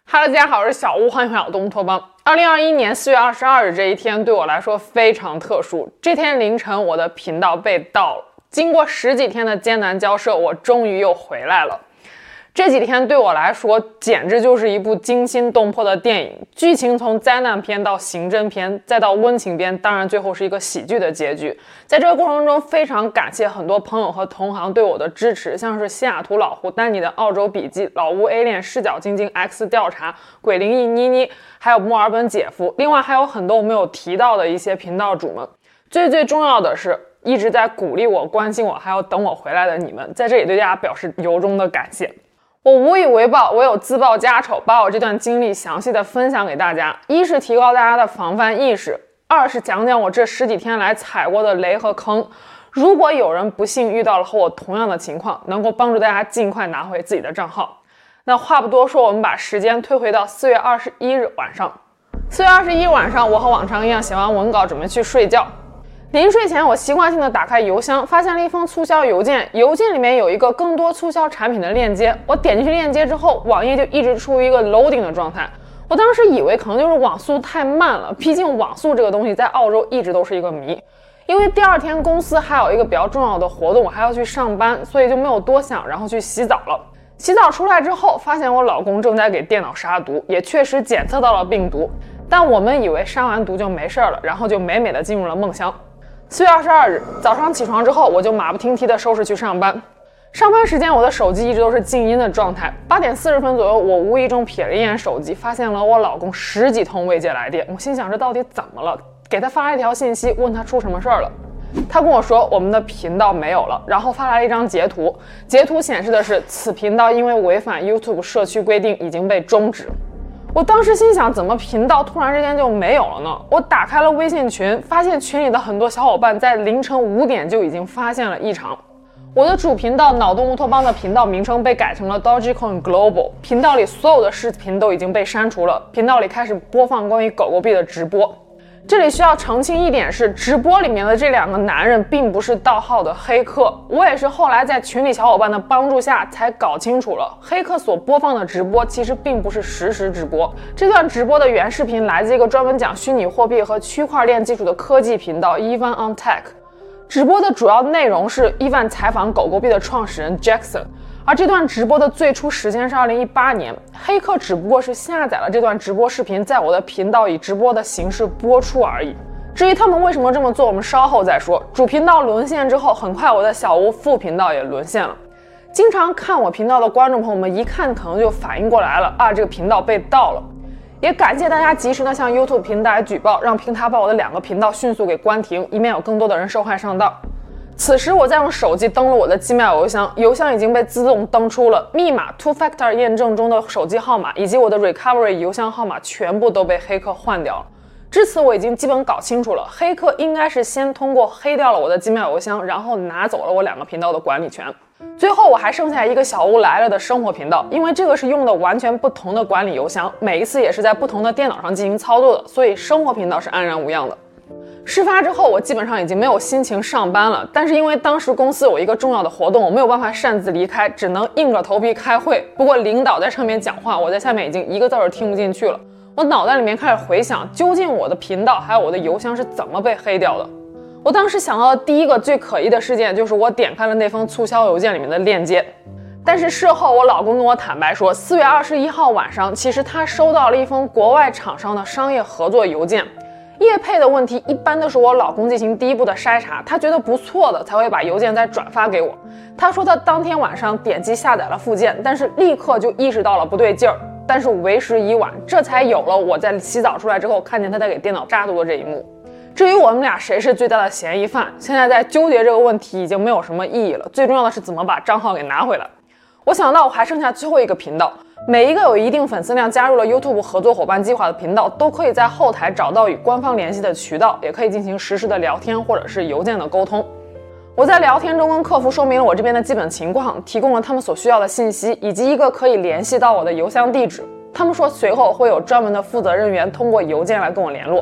哈喽，大家好，我是小屋，欢迎回到东乌托邦。2021年4月22日这一天对我来说非常特殊。这天凌晨，我的频道被盗了。经过10几天的艰难交涉，我终于又回来了。这几天对我来说简直就是一部惊心动魄的电影，剧情从灾难片到刑侦片，再到温情片，当然最后是一个喜剧的结局。在这个过程中，非常感谢很多朋友和同行对我的支持，像是西雅图老胡、丹尼的澳洲笔记、老吴 A 恋、视角晶晶、X 调查、鬼灵异妮妮，还有墨尔本姐夫，另外还有很多我没有提到的一些频道主们。最重要的是，一直在鼓励我、关心我，还有等我回来的你们，在这里对大家表示由衷的感谢。我无以为报，唯有自报家丑，把我这段经历详细的分享给大家。一是提高大家的防范意识，二是讲讲我这10几天来踩过的雷和坑。如果有人不幸遇到了和我同样的情况，能够帮助大家尽快拿回自己的账号。那话不多说，我们把时间推回到4月21日晚上。4月21日晚上，我和往常一样写完文稿，准备去睡觉。临睡前，我习惯性的打开邮箱，发现了一封促销邮件，邮件里面有一个更多促销产品的链接。我点进去链接之后，网页就一直处于一个 loading 的状态。我当时以为可能就是网速太慢了，毕竟网速这个东西在澳洲一直都是一个谜。因为第二天公司还有一个比较重要的活动，我还要去上班，所以就没有多想，然后去洗澡了。洗澡出来之后，发现我老公正在给电脑杀毒，也确实检测到了病毒，但我们以为杀完毒就没事了，然后就美美的进入了梦乡。4月22日早上起床之后，我就马不停蹄的收拾去上班。上班时间，我的手机一直都是静音的状态。8点40分左右，我无意中瞥了一眼手机，发现了我老公10几通未接来电。我心想，这到底怎么了？给他发了一条信息，问他出什么事儿了。他跟我说我们的频道没有了，然后发来了一张截图，截图显示的是此频道因为违反 YouTube 社区规定已经被终止。我当时心想，怎么频道突然之间就没有了呢？我打开了微信群，发现群里的很多小伙伴在凌晨5点就已经发现了异常。我的主频道脑洞乌托邦的频道名称被改成了 Dogecoin Global， 频道里所有的视频都已经被删除了，频道里开始播放关于狗狗币的直播。这里需要澄清一点是，直播里面的这2个男人并不是盗号的黑客，我也是后来在群里小伙伴的帮助下才搞清楚了，黑客所播放的直播其实并不是实时直播。这段直播的原视频来自一个专门讲虚拟货币和区块链技术的科技频道 Evan on Tech， 直播的主要内容是 Evan 采访狗狗币的创始人 Jackson，而这段直播的最初时间是2018年，黑客只不过是下载了这段直播视频，在我的频道以直播的形式播出而已。至于他们为什么这么做，我们稍后再说。主频道沦陷之后，很快我的小屋副频道也沦陷了。经常看我频道的观众朋友们一看可能就反应过来了啊，这个频道被盗了。也感谢大家及时的向 YouTube 平台举报，让平台把我的2个频道迅速给关停，以免有更多的人受害上当。此时我在用手机登录我的 Gmail 邮箱，邮箱已经被自动登出了，密码 Two-Factor 验证中的手机号码以及我的 Recovery 邮箱号码全部都被黑客换掉了。至此我已经基本搞清楚了，黑客应该是先通过黑掉了我的 Gmail 邮箱，然后拿走了我2个频道的管理权。最后我还剩下一个小屋来了的生活频道，因为这个是用的完全不同的管理邮箱，每一次也是在不同的电脑上进行操作的，所以生活频道是安然无恙的。事发之后，我基本上已经没有心情上班了，但是因为当时公司有一个重要的活动，我没有办法擅自离开，只能硬着头皮开会。不过领导在上面讲话，我在下面已经一个字儿听不进去了。我脑袋里面开始回想，究竟我的频道还有我的邮箱是怎么被黑掉的。我当时想到的第一个最可疑的事件，就是我点开了那封促销邮件里面的链接。但是事后我老公跟我坦白说，4月21号晚上，其实他收到了一封国外厂商的商业合作邮件。业配的问题一般都是我老公进行第一步的筛查，他觉得不错的才会把邮件再转发给我。他说他当天晚上点击下载了附件，但是立刻就意识到了不对劲儿，但是为时已晚，这才有了我在洗澡出来之后看见他在给电脑杀毒的这一幕。至于我们俩谁是最大的嫌疑犯，现在在纠结这个问题已经没有什么意义了，最重要的是怎么把账号给拿回来。我想到我还剩下最后一个频道，每一个有一定粉丝量加入了 YouTube 合作伙伴计划的频道，都可以在后台找到与官方联系的渠道，也可以进行实时的聊天或者是邮件的沟通。我在聊天中跟客服说明了我这边的基本情况，提供了他们所需要的信息，以及一个可以联系到我的邮箱地址。他们说随后会有专门的负责人员通过邮件来跟我联络。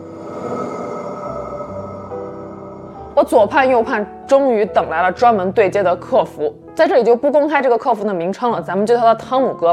我左盼右盼，终于等来了专门对接的客服，在这里就不公开这个客服的名称了，咱们就叫他汤姆哥吧。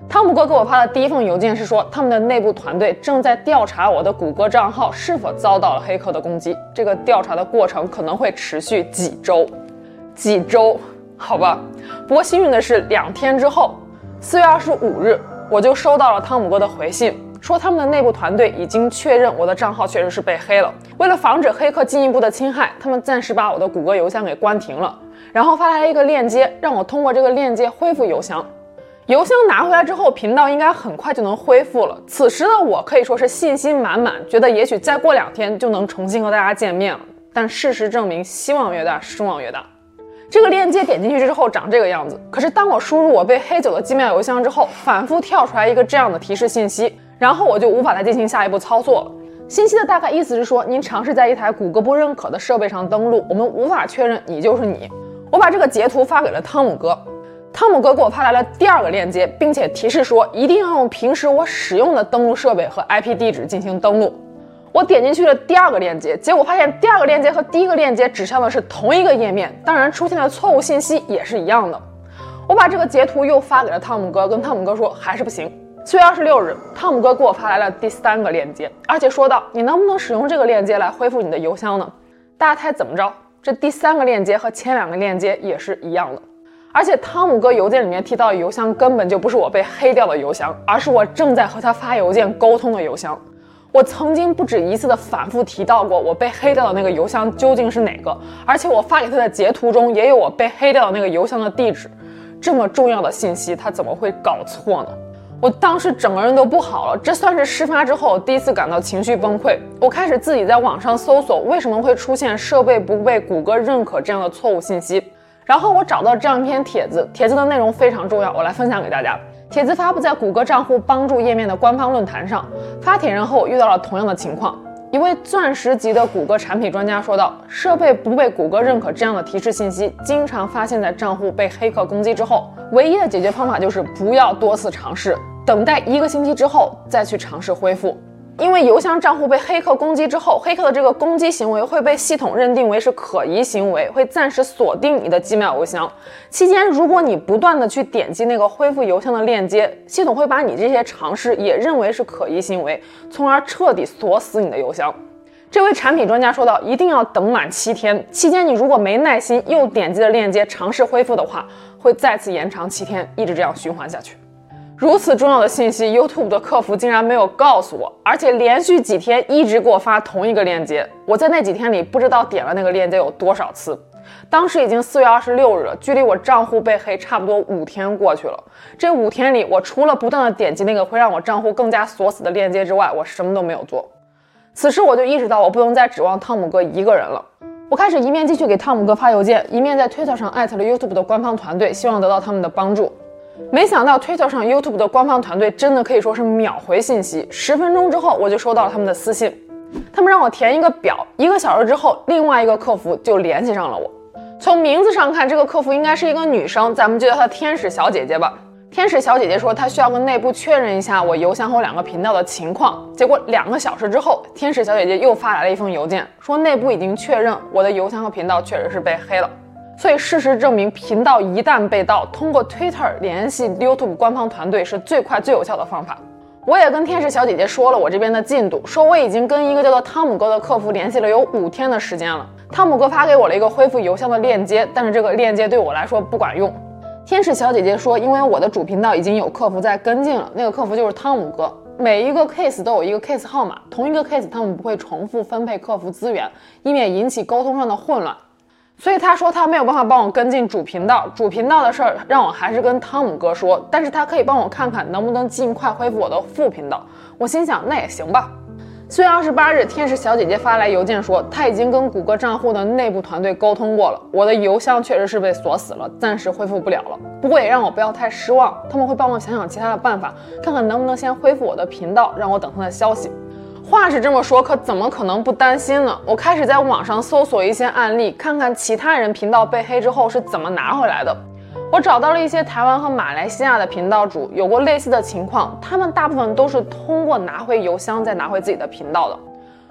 汤姆哥给我发的第一封邮件是说，他们的内部团队正在调查我的谷歌账号是否遭到了黑客的攻击，这个调查的过程可能会持续几周，好吧。不过幸运的是，2天之后，4月25日，我就收到了汤姆哥的回信，说他们的内部团队已经确认我的账号确实是被黑了。为了防止黑客进一步的侵害，他们暂时把我的谷歌邮箱给关停了，然后发来了一个链接，让我通过这个链接恢复邮箱。邮箱拿回来之后，频道应该很快就能恢复了。此时的我可以说是信心满满，觉得也许再过2天就能重新和大家见面了。但事实证明，希望越大，失望越大。这个链接点进去之后长这个样子，可是当我输入我被黑走的 Gmail 邮箱之后，反复跳出来一个这样的提示信息，然后我就无法再进行下一步操作了。信息的大概意思是说，您尝试在一台谷歌不认可的设备上登录，我们无法确认你就是你。我把这个截图发给了汤姆哥，汤姆哥给我发来了第2个链接，并且提示说一定要用平时我使用的登录设备和 IP 地址进行登录。我点进去了第2个链接，结果发现第2个链接和第1个链接指向的是同一个页面，当然出现的错误信息也是一样的。我把这个截图又发给了汤姆哥，跟汤姆哥说还是不行。4月26日，汤姆哥给我发来了第3个链接，而且说道你能不能使用这个链接来恢复你的邮箱呢？大家猜怎么着？这第3个链接和前2个链接也是一样的。而且汤姆哥邮件里面提到的邮箱根本就不是我被黑掉的邮箱，而是我正在和他发邮件沟通的邮箱。我曾经不止一次的反复提到过我被黑掉的那个邮箱究竟是哪个，而且我发给他的截图中也有我被黑掉的那个邮箱的地址。这么重要的信息他怎么会搞错呢？我当时整个人都不好了，这算是事发之后第一次感到情绪崩溃。我开始自己在网上搜索为什么会出现设备不被谷歌认可这样的错误信息，然后我找到这样一篇帖子，帖子的内容非常重要，我来分享给大家。帖子发布在谷歌账户帮助页面的官方论坛上，发帖人和我遇到了同样的情况。一位钻石级的谷歌产品专家说道，设备不被谷歌认可这样的提示信息经常发现在账户被黑客攻击之后，唯一的解决方法就是不要多次尝试，等待1个星期之后再去尝试恢复。因为邮箱账户被黑客攻击之后，黑客的这个攻击行为会被系统认定为是可疑行为，会暂时锁定你的 Gmail 邮箱。期间如果你不断的去点击那个恢复邮箱的链接，系统会把你这些尝试也认为是可疑行为，从而彻底锁死你的邮箱。这位产品专家说到，一定要等满7天，期间你如果没耐心又点击了链接尝试恢复的话，会再次延长7天，一直这样循环下去。如此重要的信息 YouTube 的客服竟然没有告诉我，而且连续几天一直给我发同一个链接。我在那几天里不知道点了那个链接有多少次。当时已经4月26日了，距离我账户被黑差不多5天过去了。这5天里，我除了不断的点击那个会让我账户更加锁死的链接之外，我什么都没有做。此时我就意识到我不能再指望汤姆哥一个人了。我开始一面继续给汤姆哥发邮件，一面在 Twitter 上艾特了 YouTube 的官方团队，希望得到他们的帮助。没想到 Twitter 上 YouTube 的官方团队真的可以说是秒回信息，10分钟之后我就收到了他们的私信，他们让我填一个表，1个小时之后另外一个客服就联系上了我。从名字上看，这个客服应该是一个女生，咱们就叫她天使小姐姐吧。天使小姐姐说她需要跟内部确认一下我邮箱和2个频道的情况，结果2个小时之后，天使小姐姐又发来了一封邮件，说内部已经确认我的邮箱和频道确实是被黑了。所以事实证明，频道一旦被盗，通过 Twitter 联系 YouTube 官方团队是最快最有效的方法。我也跟天使小姐姐说了我这边的进度，说我已经跟一个叫做汤姆哥的客服联系了有5天的时间了。汤姆哥发给我了一个恢复邮箱的链接，但是这个链接对我来说不管用。天使小姐姐说，因为我的主频道已经有客服在跟进了，那个客服就是汤姆哥，每一个 case 都有一个 case 号码，同一个 case 他们不会重复分配客服资源，以免引起沟通上的混乱。所以他说他没有办法帮我跟进主频道的事儿，让我还是跟汤姆哥说，但是他可以帮我看看能不能尽快恢复我的副频道。我心想那也行吧。4月28日，天使小姐姐发来邮件说，她已经跟谷歌账户的内部团队沟通过了，我的邮箱确实是被锁死了，暂时恢复不了了。不过也让我不要太失望，他们会帮我想想其他的办法，看看能不能先恢复我的频道，让我等他的消息。话是这么说，可怎么可能不担心呢？我开始在网上搜索一些案例，看看其他人频道被黑之后是怎么拿回来的。我找到了一些台湾和马来西亚的频道主有过类似的情况，他们大部分都是通过拿回邮箱再拿回自己的频道的。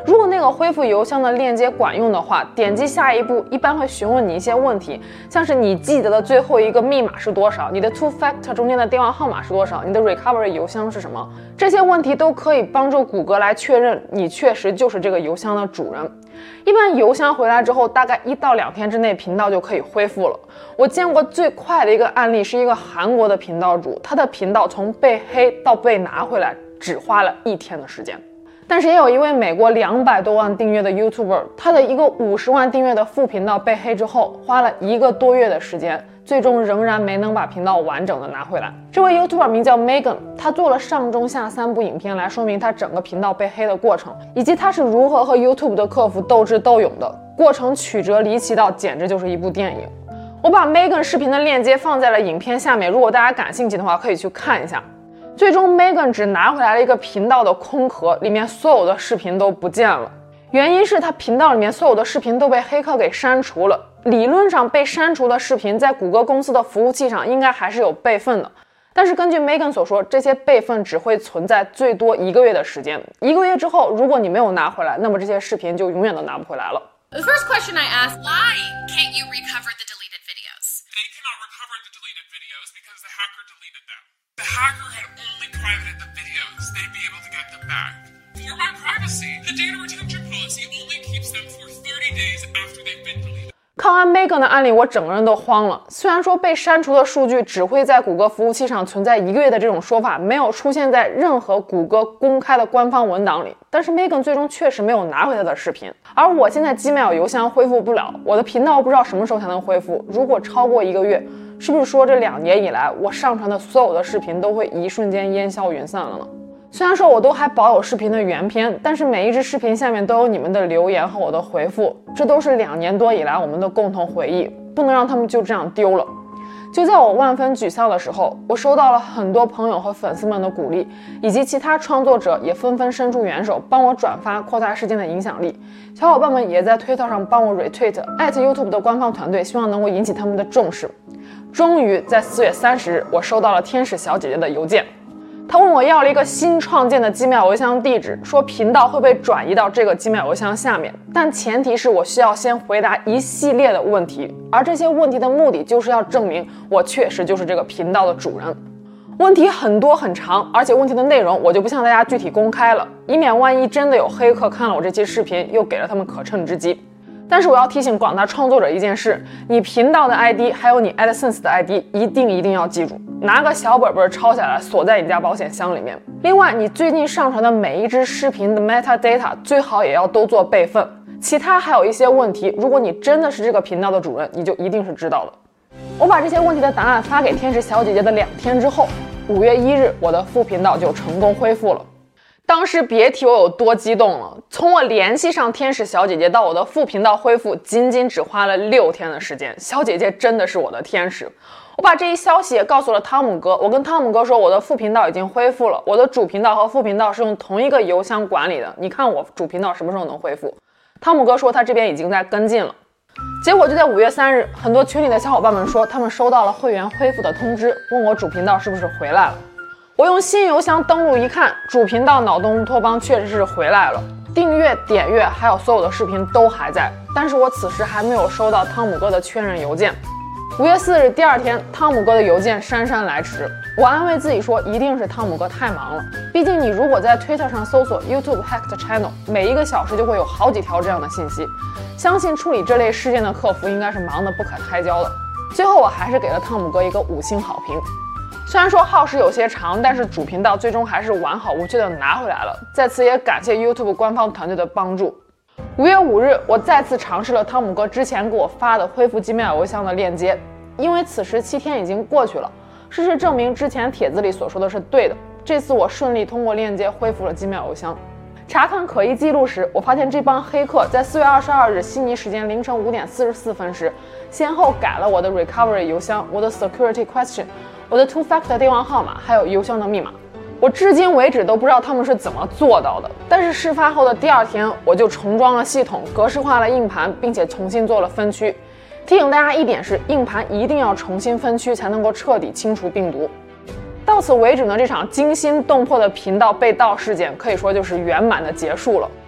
如果那个恢复邮箱的链接管用的话，点击下一步一般会询问你一些问题，像是你记得的最后一个密码是多少，你的 two factor 中间的电话号码是多少，你的 recovery 邮箱是什么，这些问题都可以帮助谷歌来确认你确实就是这个邮箱的主人。一般邮箱回来之后，大概1到2天之内频道就可以恢复了。我见过最快的一个案例是一个韩国的频道主，他的频道从被黑到被拿回来只花了1天的时间。但是也有一位美国200多万订阅的 YouTuber， 他的一个50万订阅的副频道被黑之后，花了1个多月的时间，最终仍然没能把频道完整的拿回来。这位 YouTuber 名叫 Megan， 他做了上中下3部影片来说明他整个频道被黑的过程，以及他是如何和 YouTube 的客服斗智斗勇的，过程曲折离奇到简直就是一部电影。我把 Megan 视频的链接放在了影片下面，如果大家感兴趣的话可以去看一下。最终 Megan 只拿回来了一个频道的空壳，里面所有的视频都不见了。原因是他频道里面所有的视频都被黑客给删除了。理论上被删除的视频在谷歌公司的服务器上应该还是有备份的，但是根据 Megan 所说，这些备份只会存在最多1个月的时间。1个月之后，如果你没有拿回来，那么这些视频就永远都拿不回来了。 The first question I asked, why can't you recover the deleted videos? They cannot recover the deleted videos because the hacker deleted them. The hacker had only privated the videos. They'd be able to get them back. For my privacy, the data retention policy only keeps them for 30 days after they've been deleted. 看完 Megan 的案例，我整个人都慌了。虽然说被删除的数据只会在谷歌服务器上存在1个月的这种说法没有出现在任何谷歌公开的官方文档里，但是 Megan 最终确实没有拿回他的视频。而我现在 Gmail 邮箱恢复不了，我的频道不知道什么时候才能恢复。如果超过1个月，是不是说这2年以来我上传的所有的视频都会一瞬间烟消云散了呢？虽然说我都还保有视频的原片，但是每一支视频下面都有你们的留言和我的回复，这都是2年多以来我们的共同回忆，不能让他们就这样丢了。就在我万分沮丧的时候，我收到了很多朋友和粉丝们的鼓励，以及其他创作者也纷纷伸出援手，帮我转发，扩大事件的影响力。小伙伴们也在推特上帮我 retweet @YouTube 的官方团队，希望能够引起他们的重视。终于在4月30日，我收到了天使小姐姐的邮件。他问我要了一个新创建的 Gmail 邮箱地址，说频道会被转移到这个 Gmail 邮箱下面，但前提是我需要先回答一系列的问题，而这些问题的目的就是要证明我确实就是这个频道的主人。问题很多很长，而且问题的内容我就不向大家具体公开了，以免万一真的有黑客看了我这期视频，又给了他们可乘之机。但是我要提醒广大创作者一件事，你频道的 ID 还有你 AdSense 的 ID 一定要记住，拿个小本本抄下来锁在你家保险箱里面。另外，你最近上传的每一支视频的 metadata 最好也要都做备份。其他还有一些问题，如果你真的是这个频道的主人，你就一定是知道的。我把这些问题的答案发给天使小姐姐的2天之后，5月1日我的副频道就成功恢复了。当时别提我有多激动了，从我联系上天使小姐姐到我的副频道恢复，仅只花了6天的时间。小姐姐真的是我的天使。我把这一消息也告诉了汤姆哥，我跟汤姆哥说我的副频道已经恢复了，我的主频道和副频道是用同一个邮箱管理的，你看我主频道什么时候能恢复？汤姆哥说他这边已经在跟进了。结果就在5月3日，很多群里的小伙伴们说他们收到了会员恢复的通知，问我主频道是不是回来了。我用新邮箱登录一看，主频道脑洞乌托邦确实是回来了，订阅、点阅还有所有的视频都还在，但是我此时还没有收到汤姆哥的确认邮件。5月4日第2天，汤姆哥的邮件姗姗来迟，我安慰自己说一定是汤姆哥太忙了，毕竟你如果在推特上搜索 YouTube Hacked Channel， 每1个小时就会有好几条这样的信息，相信处理这类事件的客服应该是忙得不可开交的。最后我还是给了汤姆哥一个5星好评。虽然说耗时有些长，但是主频道最终还是完好无缺的拿回来了，在此也感谢 YouTube 官方团队的帮助。5月5日，我再次尝试了汤姆哥之前给我发的恢复 Gmail 邮箱的链接，因为此时7天已经过去了，事实证明之前帖子里所说的是对的，这次我顺利通过链接恢复了 Gmail 邮箱。查看可疑记录时，我发现这帮黑客在4月22日悉尼时间凌晨5点44分时，先后改了我的 recovery 邮箱、我的 security question、我的 two factor 电话号码，还有邮箱的密码。我至今为止都不知道他们是怎么做到的，但是事发后的第2天，我就重装了系统，格式化了硬盘，并且重新做了分区。提醒大家一点是，硬盘一定要重新分区才能够彻底清除病毒。到此为止呢，这场惊心动魄的频道被盗事件可以说就是圆满的结束了。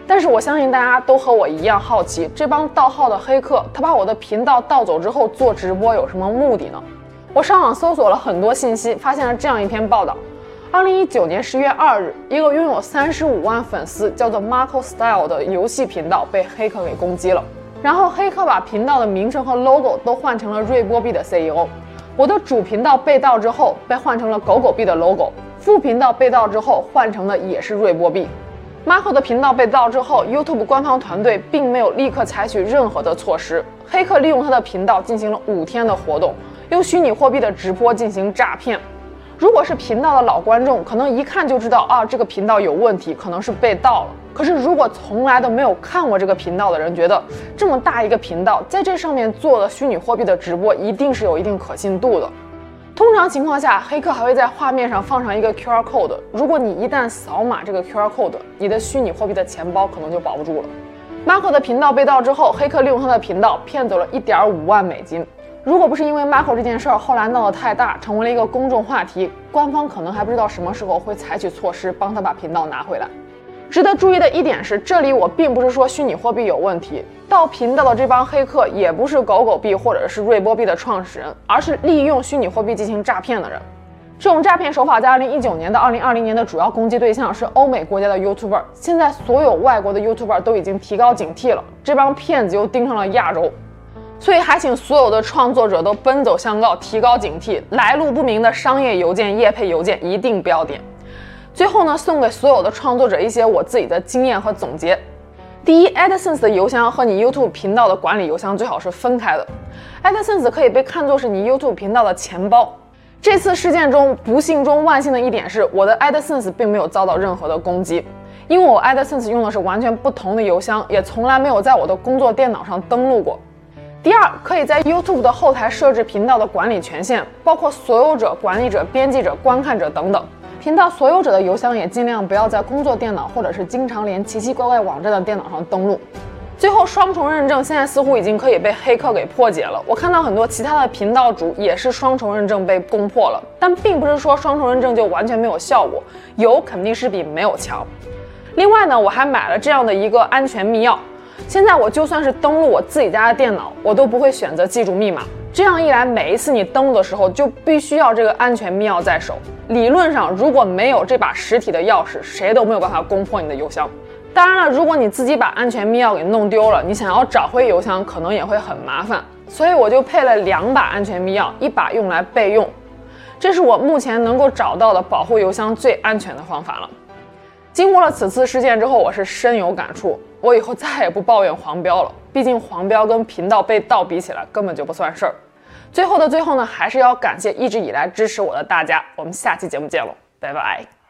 但是我相信大家都和我一样好奇，这帮盗号的黑客，他把我的频道盗走之后做直播有什么目的呢？我上网搜索了很多信息，发现了这样一篇报道：2019年10月2日，一个拥有35万粉丝叫做 Marco Style 的游戏频道被黑客给攻击了。然后黑客把频道的名称和 logo 都换成了瑞波币的 CEO。我的主频道被盗之后被换成了狗狗币的 logo， 副频道被盗之后换成的也是瑞波币。Marco 的频道被盗之后 ，YouTube 官方团队并没有立刻采取任何的措施，黑客利用他的频道进行了5天的活动，用虚拟货币的直播进行诈骗。如果是频道的老观众，可能一看就知道啊，这个频道有问题，可能是被盗了。可是如果从来都没有看过这个频道的人，觉得这么大一个频道，在这上面做了虚拟货币的直播，一定是有一定可信度的。通常情况下，黑客还会在画面上放上一个 QR code， 如果你一旦扫码这个 QR code， 你的虚拟货币的钱包可能就保不住了。Marco 的频道被盗之后，黑客利用他的频道骗走了1.5万美金。如果不是因为 Marco 这件事儿后来闹得太大，成为了一个公众话题，官方可能还不知道什么时候会采取措施帮他把频道拿回来。值得注意的一点是，这里我并不是说虚拟货币有问题，盗频道的这帮黑客也不是狗狗币或者是瑞波币的创始人，而是利用虚拟货币进行诈骗的人。这种诈骗手法在2019年到2020年的主要攻击对象是欧美国家的 YouTuber， 现在所有外国的 YouTuber 都已经提高警惕了，这帮骗子又盯上了亚洲。所以还请所有的创作者都奔走相告，提高警惕，来路不明的商业邮件、业配邮件一定不要点。最后呢，送给所有的创作者一些我自己的经验和总结。第一 ，AdSense 的邮箱和你 YouTube 频道的管理邮箱最好是分开的。AdSense 可以被看作是你 YouTube 频道的钱包。这次事件中不幸中万幸的一点是，我的 AdSense 并没有遭到任何的攻击，因为我 AdSense 用的是完全不同的邮箱，也从来没有在我的工作电脑上登录过。第二，可以在 YouTube 的后台设置频道的管理权限，包括所有者、管理者、编辑者、观看者等等。频道所有者的邮箱也尽量不要在工作电脑或者是经常连奇奇怪怪网站的电脑上登录。最后，双重认证现在似乎已经可以被黑客给破解了。我看到很多其他的频道主也是双重认证被攻破了，但并不是说双重认证就完全没有效果，有肯定是比没有强。另外呢，我还买了这样的一个安全密钥。现在我就算是登录我自己家的电脑，我都不会选择记住密码。这样一来，每一次你登录的时候就必须要这个安全密钥在手。理论上，如果没有这把实体的钥匙，谁都没有办法攻破你的邮箱。当然了，如果你自己把安全密钥给弄丢了，你想要找回邮箱可能也会很麻烦。所以我就配了2把安全密钥，一把用来备用。这是我目前能够找到的保护邮箱最安全的方法了。经过了此次事件之后，我是深有感触，我以后再也不抱怨黄标了，毕竟黄标跟频道被盗比起来根本就不算事儿。最后的最后呢，还是要感谢一直以来支持我的大家，我们下期节目见喽，拜拜。